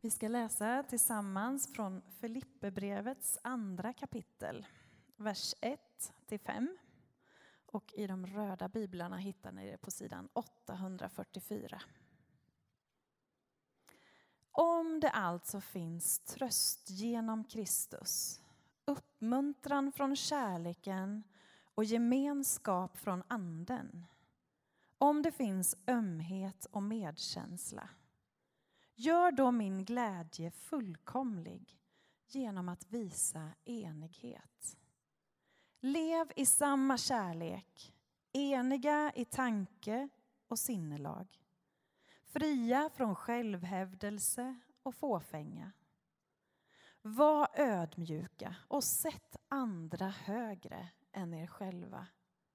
Vi ska läsa tillsammans från Filipperbrevets 2 kapitel, vers 1-5. Och i de röda biblarna hittar ni det på sidan 844. Om det alltså finns tröst genom Kristus, uppmuntran från kärleken och gemenskap från anden, om det finns ömhet och medkänsla, gör då min glädje fullkomlig genom att visa enighet. Lev i samma kärlek, eniga i tanke och sinnelag, fria från självhävdelse och fåfänga. Var ödmjuka och sätt andra högre än er själva.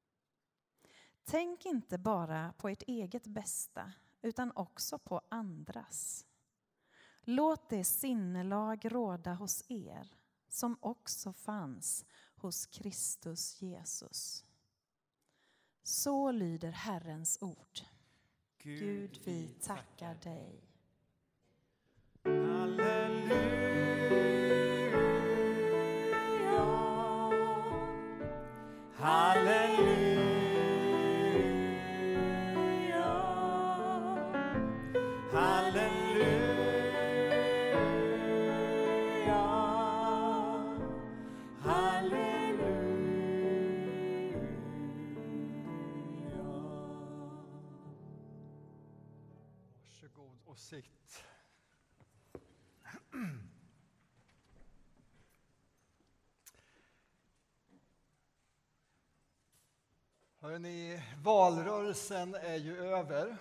Tänk inte bara på ert eget bästa utan också på andras. Låt det sinnelag råda hos er som också fanns hos Kristus Jesus. Så lyder Herrens ord. Gud, vi tackar dig. Halleluja, halleluja, halleluja, halleluja. Varsågod och sitt. Hörrni, valrörelsen är ju över.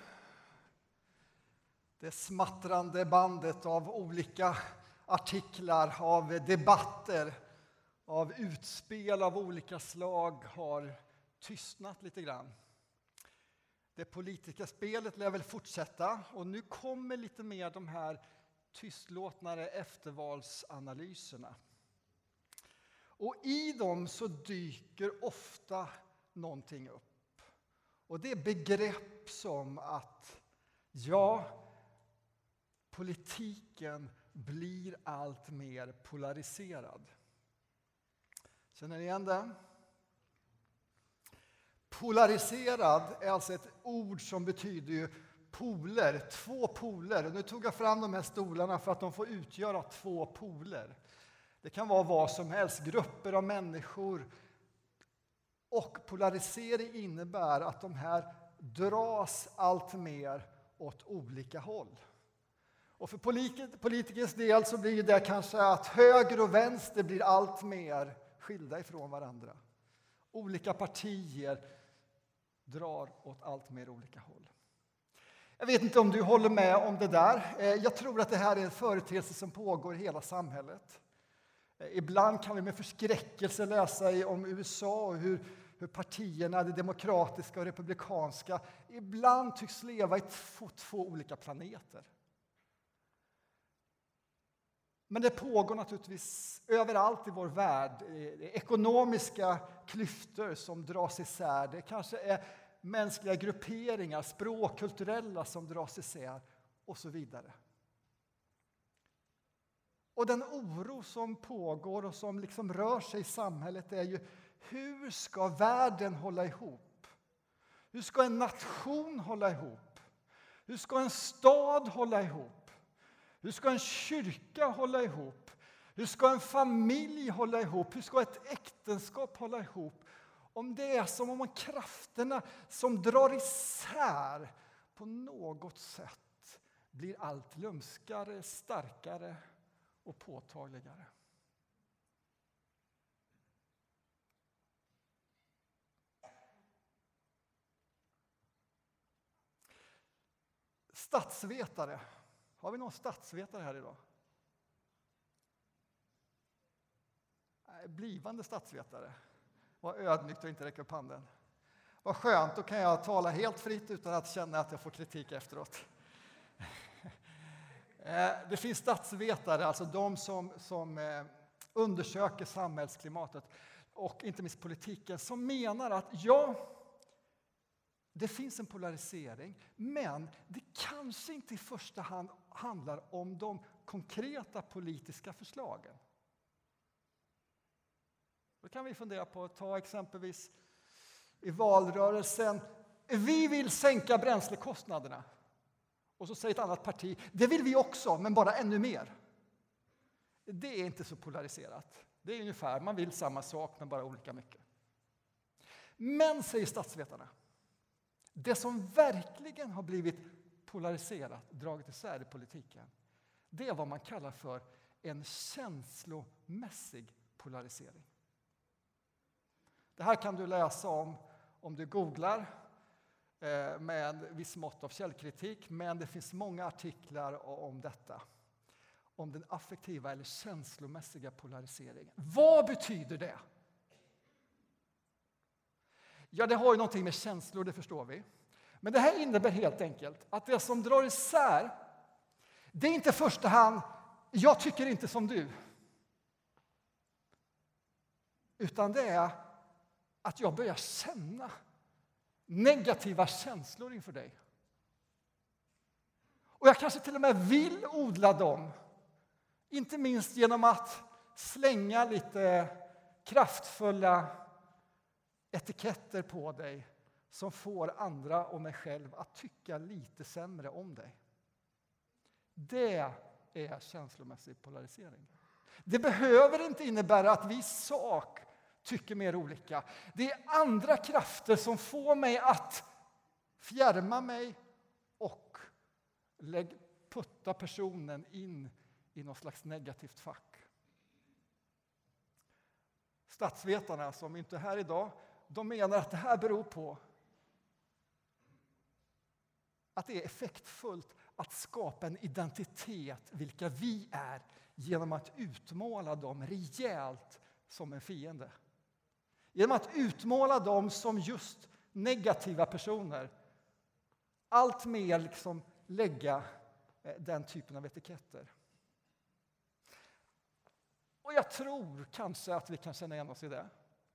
Det smattrande bandet av olika artiklar, av debatter, av utspel av olika slag har tystnat lite grann. Det politiska spelet lär väl fortsätta och nu kommer lite mer de här tystlåtnare eftervalsanalyserna. Och i dem så dyker ofta någonting upp. Och det är begrepp som att politiken blir allt mer polariserad. Känner ni igen det? Polariserad är alltså ett ord som betyder ju poler, två poler. Nu tog jag fram de här stolarna för att de får utgöra två poler. Det kan vara vad som helst, grupper av människor. Och polarisering innebär att de här dras allt mer åt olika håll. Och för politikers del så blir det kanske att höger och vänster blir allt mer skilda ifrån varandra. Olika partier drar åt allt mer olika håll. Jag vet inte om du håller med om det där. Jag tror att det här är en företeelse som pågår i hela samhället. Ibland kan vi med förskräckelse läsa om USA och hur partierna, det demokratiska och republikanska, ibland tycks leva på två olika planeter. Men det pågår naturligtvis överallt i vår värld. Ekonomiska klyftor som dras isär. Det kanske är mänskliga grupperingar, språkkulturella som dras isär och så vidare. Och den oro som pågår och som liksom rör sig i samhället är ju: hur ska världen hålla ihop? Hur ska en nation hålla ihop? Hur ska en stad hålla ihop? Hur ska en kyrka hålla ihop? Hur ska en familj hålla ihop? Hur ska ett äktenskap hålla ihop? Om det är som om krafterna som drar isär på något sätt blir allt lumskare, starkare och påtagligare. Statsvetare. Har vi någon statsvetare här idag? Blivande statsvetare. Vad ödmjukt att inte räcka upp handen. Vad skönt, då kan jag tala helt fritt utan att känna att jag får kritik efteråt. Det finns statsvetare, alltså de som undersöker samhällsklimatet och inte minst politiken, som menar att Det finns en polarisering, men det kanske inte i första hand handlar om de konkreta politiska förslagen. Då kan vi fundera på att ta exempelvis i valrörelsen. Vi vill sänka bränslekostnaderna. Och så säger ett annat parti, det vill vi också, men bara ännu mer. Det är inte så polariserat. Det är ungefär, man vill samma sak, men bara olika mycket. Men, säger statsvetarna, det som verkligen har blivit polariserat, dragit isär i politiken, det är vad man kallar för en känslomässig polarisering. Det här kan du läsa om du googlar med en viss mått av källkritik, men det finns många artiklar om detta. Om den affektiva eller känslomässiga polariseringen. Vad betyder det? Ja, det har ju någonting med känslor, det förstår vi. Men det här innebär helt enkelt att det som drar isär, det är inte i första hand, jag tycker inte som du. Utan det är att jag börjar känna negativa känslor inför dig. Och jag kanske till och med vill odla dem. Inte minst genom att slänga lite kraftfulla etiketter på dig som får andra och mig själv att tycka lite sämre om dig. Det är känslomässig polarisering. Det behöver inte innebära att vi i sak tycker mer olika. Det är andra krafter som får mig att fjärma mig och putta personen in i något slags negativt fack. Statsvetarna som inte är här idag, de menar att det här beror på att det är effektfullt att skapa en identitet, vilka vi är, genom att utmåla dem rejält som en fiende. Genom att utmåla dem som just negativa personer. Allt mer liksom lägga den typen av etiketter. Och jag tror kanske att vi kan känna igen oss i det.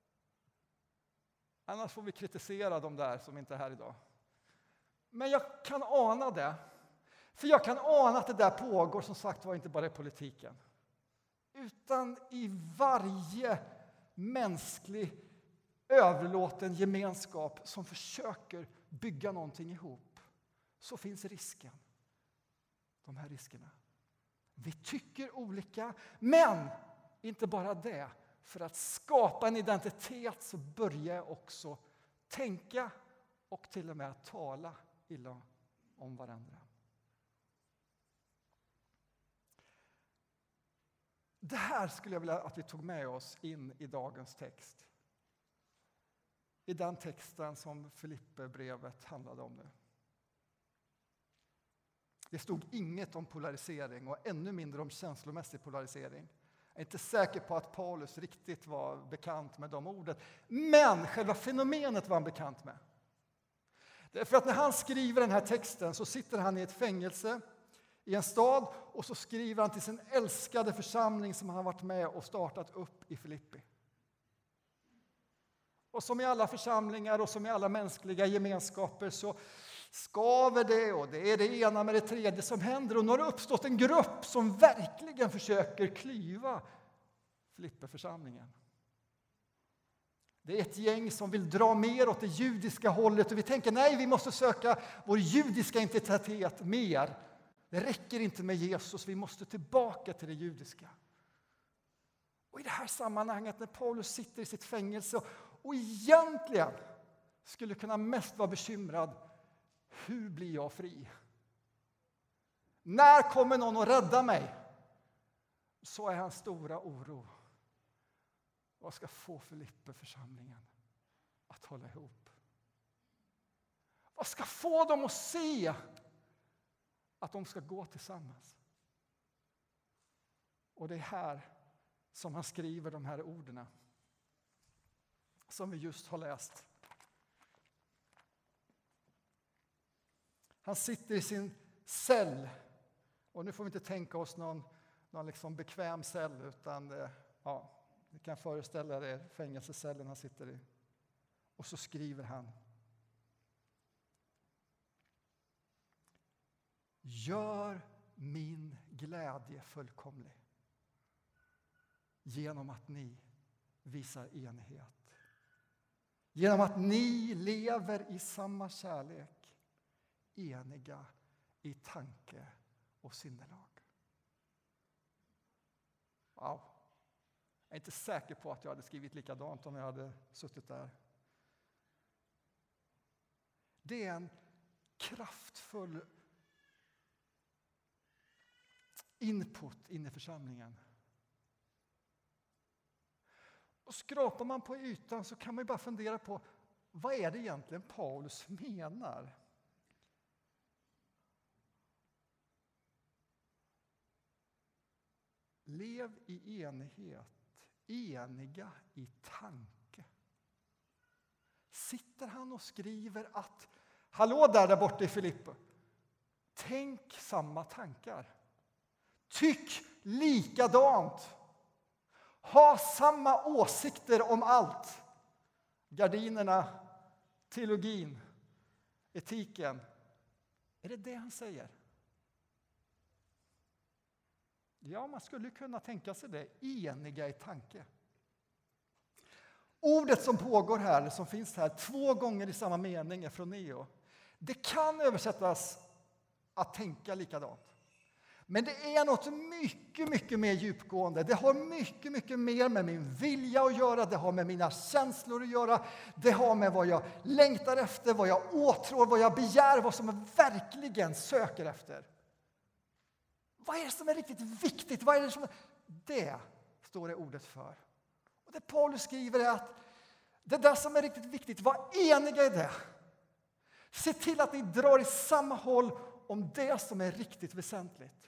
Annars får vi kritisera de där som inte är här idag. Men jag kan ana det. För jag kan ana att det där pågår, som sagt var, inte bara i politiken. Utan i varje mänsklig överlåten gemenskap som försöker bygga någonting ihop. Så finns risken. De här riskerna. Vi tycker olika, men inte bara det. För att skapa en identitet så börjar jag också tänka och till och med tala illa om varandra. Det här skulle jag vilja att vi tog med oss in i dagens text. I den texten som Filipperbrevet handlade om nu. Det stod inget om polarisering och ännu mindre om känslomässig polarisering. Jag är inte säker på att Paulus riktigt var bekant med de orden. Men själva fenomenet var han bekant med. Därför att när han skriver den här texten så sitter han i ett fängelse i en stad och så skriver han till sin älskade församling som han har varit med och startat upp i Filippi. Och som i alla församlingar och som i alla mänskliga gemenskaper så skaver det och det är det ena med det tredje som händer. Och nu har det uppstått en grupp som verkligen försöker klyva Filippi-församlingen. Det är ett gäng som vill dra mer åt det judiska hållet och vi tänker nej, vi måste söka vår judiska identitet mer. Det räcker inte med Jesus, vi måste tillbaka till det judiska. Och i det här sammanhanget när Paulus sitter i sitt fängelse och egentligen skulle kunna mest vara bekymrad, hur blir jag fri? När kommer någon att rädda mig? Så är hans stora oro. Vad ska få Filippi-församlingen att hålla ihop? Vad ska få dem att se att de ska gå tillsammans? Och det är här som han skriver de här orden som vi just har läst. Han sitter i sin cell. Och nu får vi inte tänka oss någon liksom bekväm cell utan ni kan föreställa er fängelsecellen han sitter i. Och så skriver han. gör min glädje fullkomlig genom att ni visar enighet. Genom att ni lever i samma kärlek, eniga i tanke och sinnelag. Wow. Jag är inte säker på att jag hade skrivit likadant om jag hade suttit där. Det är en kraftfull input in i församlingen. Och skrapar man på ytan så kan man ju bara fundera på vad är det egentligen Paulus menar? Lev i enighet, eniga i tanke. Sitter han och skriver att hallå där borta i Filippi, tänk samma tankar. Tyck likadant. Ha samma åsikter om allt. Gardinerna, teologin, etiken. Är det det han säger? Ja, man skulle kunna tänka sig det. Eniga i tanke. Ordet som pågår här, som finns här 2 gånger i samma mening är froneo. Det kan översättas att tänka likadant. Men det är något mycket, mycket mer djupgående. Det har mycket, mycket mer med min vilja att göra. Det har med mina känslor att göra. Det har med vad jag längtar efter, vad jag åtrår, vad jag begär, vad som jag verkligen söker efter. Vad är det som är riktigt viktigt? Vad är det som... Det står det ordet för. Och det Paulus skriver är att det där som är riktigt viktigt, var eniga i det. Se till att ni drar i samma håll om det som är riktigt väsentligt.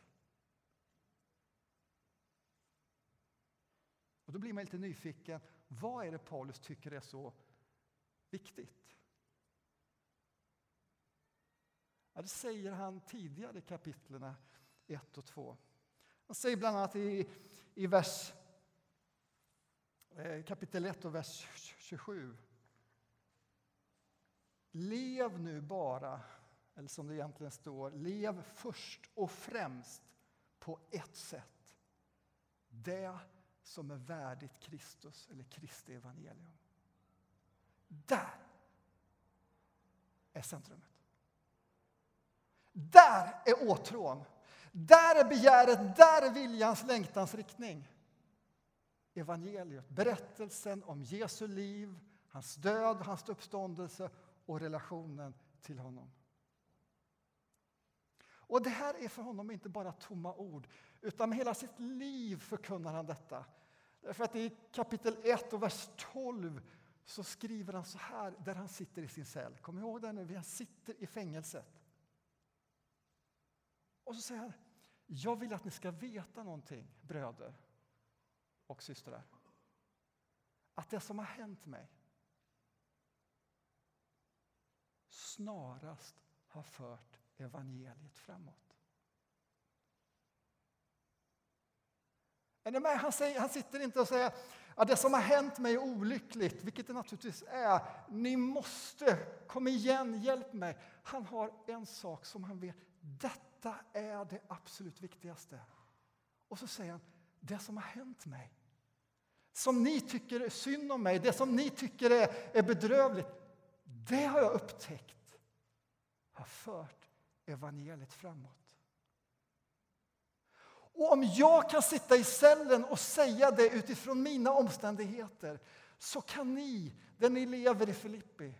Och då blir man lite nyfiken. Vad är det Paulus tycker är så viktigt? Ja, det säger han tidigare i kapitlerna 1 och 2. Han säger bland annat i kapitel 1 och vers 27. Lev nu bara, eller som det egentligen står, lev först och främst på ett sätt. Det som är värdigt Kristus eller Kristi evangelium. Där är centrumet. Där är åtrån. Där är begäret, där är viljans, längtans riktning. Evangeliet, berättelsen om Jesu liv, hans död, hans uppståndelse och relationen till honom. Och det här är för honom inte bara tomma ord, utan med hela sitt liv förkunnar han detta. Därför att i kapitel 1 och vers 12 så skriver han så här, där han sitter i sin cell. Kom ihåg det nu, han sitter i fängelset. Och så säger han, jag vill att ni ska veta någonting, bröder och systrar. Att det som har hänt mig snarast har fört evangeliet framåt. Är ni med? Han sitter inte och säger att det som har hänt mig är olyckligt, vilket det naturligtvis är. Ni måste, kom igen, hjälp mig. Han har en sak som han vet, detta är det absolut viktigaste. Och så säger han, det som har hänt mig, som ni tycker är synd om mig, det som ni tycker är bedrövligt, det har jag upptäckt har fört evangeliet framåt. Och om jag kan sitta i cellen och säga det utifrån mina omständigheter, så kan ni, där ni lever i Filippi,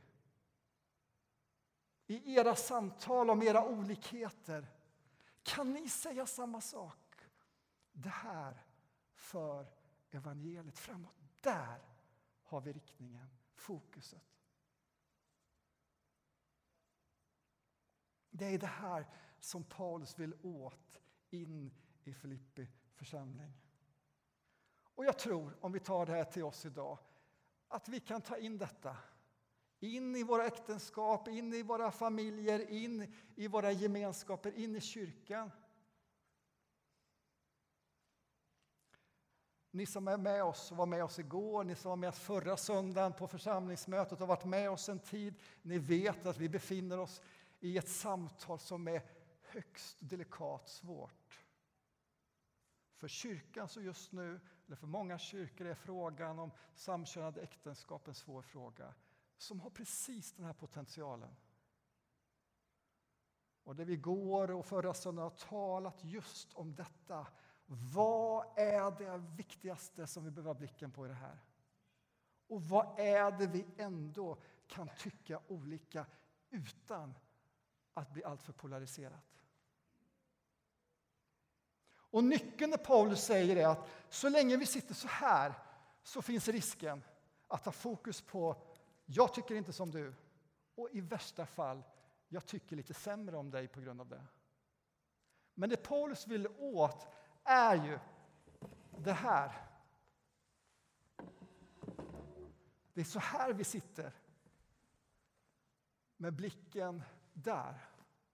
i era samtal om era olikheter, kan ni säga samma sak. Det här för evangeliet framåt. Där har vi riktningen, fokuset. Det är det här som Paulus vill åt in i Filippi församling. Och jag tror, om vi tar det här till oss idag, att vi kan ta in detta. In i våra äktenskap, in i våra familjer, in i våra gemenskaper, in i kyrkan. Ni som är med oss och var med oss igår, ni som var med oss förra söndagen på församlingsmötet och har varit med oss en tid, ni vet att vi befinner oss i ett samtal som är högst delikat svårt. För kyrkan så just nu, eller för många kyrkor, är frågan om samkönade äktenskap en svår fråga som har precis den här potentialen. Och där vi går och förra söndagen har talat just om detta. Vad är det viktigaste som vi behöver ha blicken på i det här? Och vad är det vi ändå kan tycka olika utan att bli alltför polariserat? Och nyckeln när Paulus säger är att så länge vi sitter så här så finns risken att ha fokus på jag tycker inte som du och i värsta fall jag tycker lite sämre om dig på grund av det. Men det Paulus vill åt är ju det här. Det är så här vi sitter med blicken där.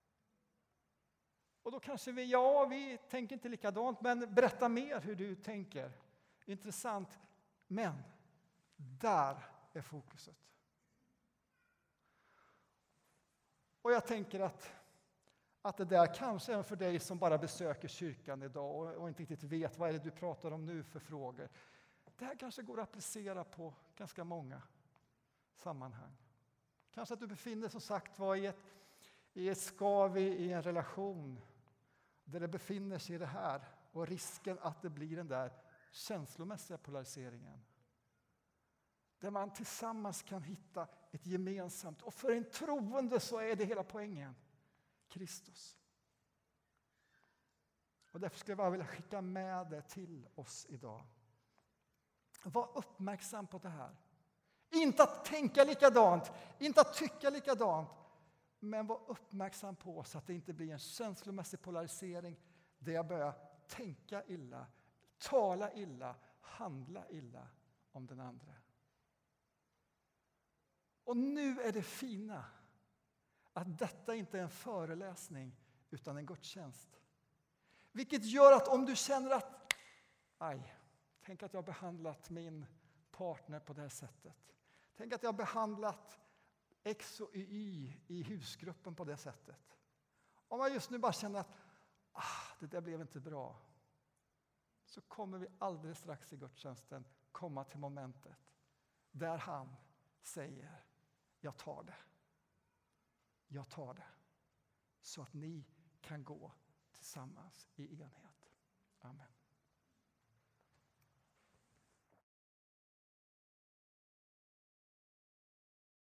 Och då kanske vi tänker inte likadant, men berätta mer hur du tänker. Intressant, men där är fokuset. Och jag tänker att det där kanske är för dig som bara besöker kyrkan idag och inte riktigt vet vad är det du pratar om nu för frågor. Det här kanske går att applicera på ganska många sammanhang. Kanske att du befinner dig som sagt i ett skav i en relation där det befinner sig i det här och risken att det blir den där känslomässiga polariseringen. Där man tillsammans kan hitta ett gemensamt, och för en troende så är det hela poängen, Kristus. Och därför skulle jag bara vilja skicka med det till oss idag. Var uppmärksam på det här. Inte att tänka likadant, inte att tycka likadant, men var uppmärksam på så att det inte blir en känslomässig polarisering där jag börjar tänka illa, tala illa, handla illa om den andra. Och nu är det fina att detta inte är en föreläsning utan en gudstjänst. Vilket gör att om du känner att tänk att jag har behandlat min partner på det här sättet. Tänk att jag har behandlat X och Y i husgruppen på det sättet. Om jag just nu bara känner att det där blev inte bra, så kommer vi alldeles strax i gudstjänsten komma till momentet där han säger jag tar det så att ni kan gå tillsammans i enhet. Amen.